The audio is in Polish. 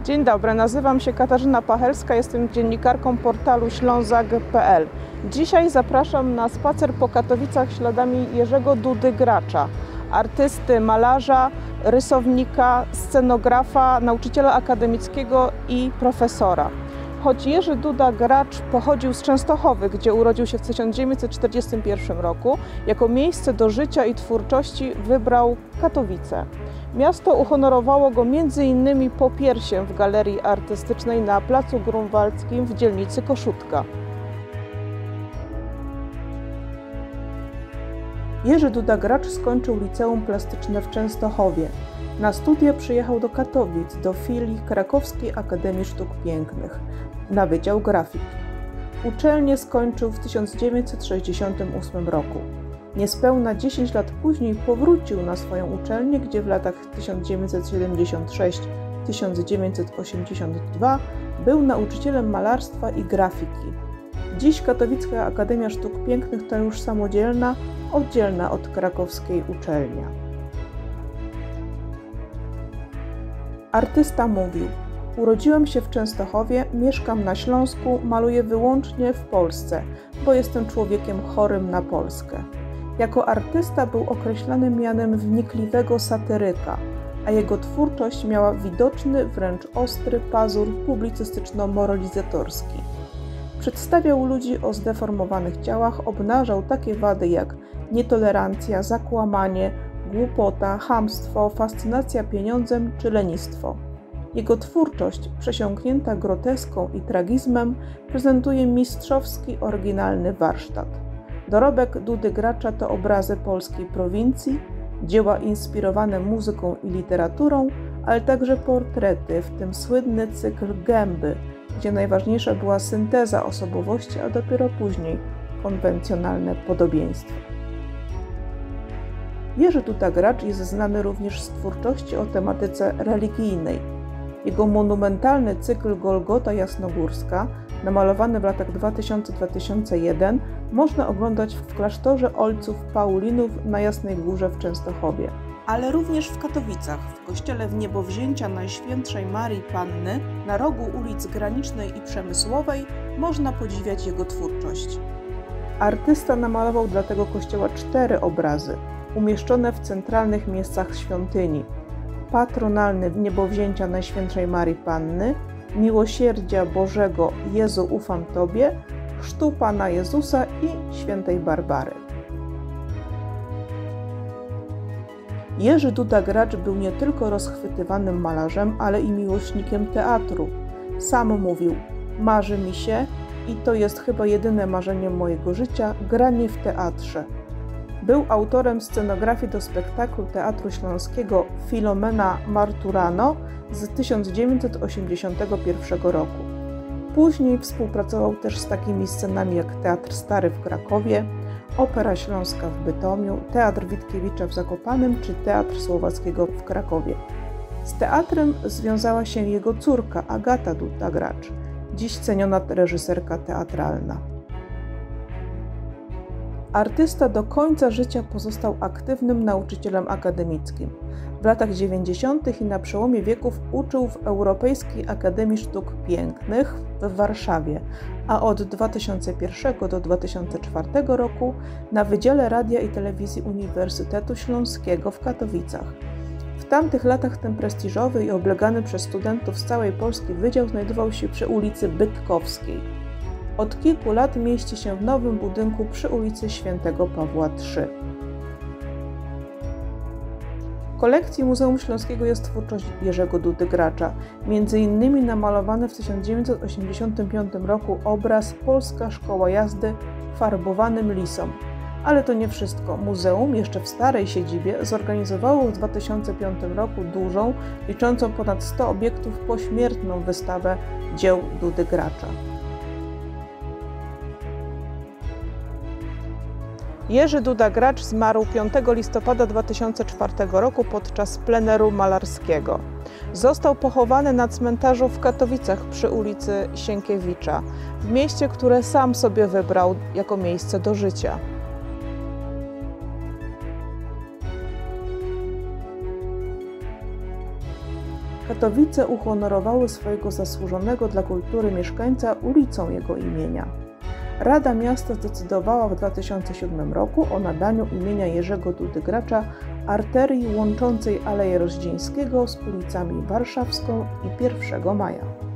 Dzień dobry, nazywam się Katarzyna Pachelska, jestem dziennikarką portalu ślązak.pl. Dzisiaj zapraszam na spacer po Katowicach śladami Jerzego Dudy Gracza, artysty, malarza, rysownika, scenografa, nauczyciela akademickiego i profesora. Choć Jerzy Duda Gracz pochodził z Częstochowy, gdzie urodził się w 1941 roku, jako miejsce do życia i twórczości wybrał Katowice. Miasto uhonorowało go m.in. popiersiem w Galerii Artystycznej na Placu Grunwaldzkim w dzielnicy Koszutka. Jerzy Duda Gracz skończył liceum plastyczne w Częstochowie. Na studia przyjechał do Katowic, do filii Krakowskiej Akademii Sztuk Pięknych, na Wydział Grafiki. Uczelnię skończył w 1968 roku. Niespełna 10 lat później powrócił na swoją uczelnię, gdzie w latach 1976–1982 był nauczycielem malarstwa i grafiki. Dziś Katowicka Akademia Sztuk Pięknych to już samodzielna, oddzielna od krakowskiej uczelnia. Artysta mówił: urodziłem się w Częstochowie, mieszkam na Śląsku, maluję wyłącznie w Polsce, bo jestem człowiekiem chorym na Polskę. Jako artysta był określany mianem wnikliwego satyryka, a jego twórczość miała widoczny, wręcz ostry pazur publicystyczno-moralizatorski. Przedstawiał ludzi o zdeformowanych ciałach, obnażał takie wady jak nietolerancja, zakłamanie, głupota, chamstwo, fascynacja pieniądzem czy lenistwo. Jego twórczość, przesiąknięta groteską i tragizmem, prezentuje mistrzowski, oryginalny warsztat. Dorobek Dudy Gracza to obrazy polskiej prowincji, dzieła inspirowane muzyką i literaturą, ale także portrety, w tym słynny cykl Gęby, gdzie najważniejsza była synteza osobowości, a dopiero później konwencjonalne podobieństwo. Jerzy Duda Gracz jest znany również z twórczości o tematyce religijnej. Jego monumentalny cykl Golgota Jasnogórska, namalowany w latach 2000–2001, można oglądać w klasztorze Ojców Paulinów na Jasnej Górze w Częstochowie. Ale również w Katowicach, w kościele Wniebowzięcia Najświętszej Marii Panny, na rogu ulic Granicznej i Przemysłowej, można podziwiać jego twórczość. Artysta namalował dla tego kościoła 4 obrazy, umieszczone w centralnych miejscach świątyni: patronalny Wniebowzięcia Najświętszej Marii Panny, Miłosierdzia Bożego Jezu ufam Tobie, Chrztu Pana Jezusa i Świętej Barbary. Jerzy Duda Gracz był nie tylko rozchwytywanym malarzem, ale i miłośnikiem teatru. Sam mówił: marzy mi się, i to jest chyba jedyne marzenie mojego życia, granie w teatrze. Był autorem scenografii do spektaklu Teatru Śląskiego Filomena Marturano z 1981 roku. Później współpracował też z takimi scenami jak Teatr Stary w Krakowie, Opera Śląska w Bytomiu, Teatr Witkiewicza w Zakopanem czy Teatr Słowackiego w Krakowie. Z teatrem związała się jego córka Agata Duda Gracz, dziś ceniona reżyserka teatralna. Artysta do końca życia pozostał aktywnym nauczycielem akademickim. W latach 90. i na przełomie wieków uczył w Europejskiej Akademii Sztuk Pięknych w Warszawie, a od 2001 do 2004 roku na Wydziale Radia i Telewizji Uniwersytetu Śląskiego w Katowicach. W tamtych latach ten prestiżowy i oblegany przez studentów z całej Polski wydział znajdował się przy ulicy Bytkowskiej. Od kilku lat mieści się w nowym budynku przy ulicy Świętego Pawła III. W kolekcji Muzeum Śląskiego jest twórczość Jerzego Dudy Gracza, m.in. namalowany w 1985 roku obraz Polska Szkoła Jazdy farbowanym lisom. Ale to nie wszystko. Muzeum jeszcze w starej siedzibie zorganizowało w 2005 roku dużą, liczącą ponad 100 obiektów, pośmiertną wystawę dzieł Dudy Gracza. Jerzy Duda Gracz zmarł 5 listopada 2004 roku podczas pleneru malarskiego. Został pochowany na cmentarzu w Katowicach przy ulicy Sienkiewicza, w mieście, które sam sobie wybrał jako miejsce do życia. Katowice uhonorowały swojego zasłużonego dla kultury mieszkańca ulicą jego imienia. Rada Miasta zdecydowała w 2007 roku o nadaniu imienia Jerzego Dudy Gracza arterii łączącej Aleję Rozdzińskiego z ulicami Warszawską i 1 Maja.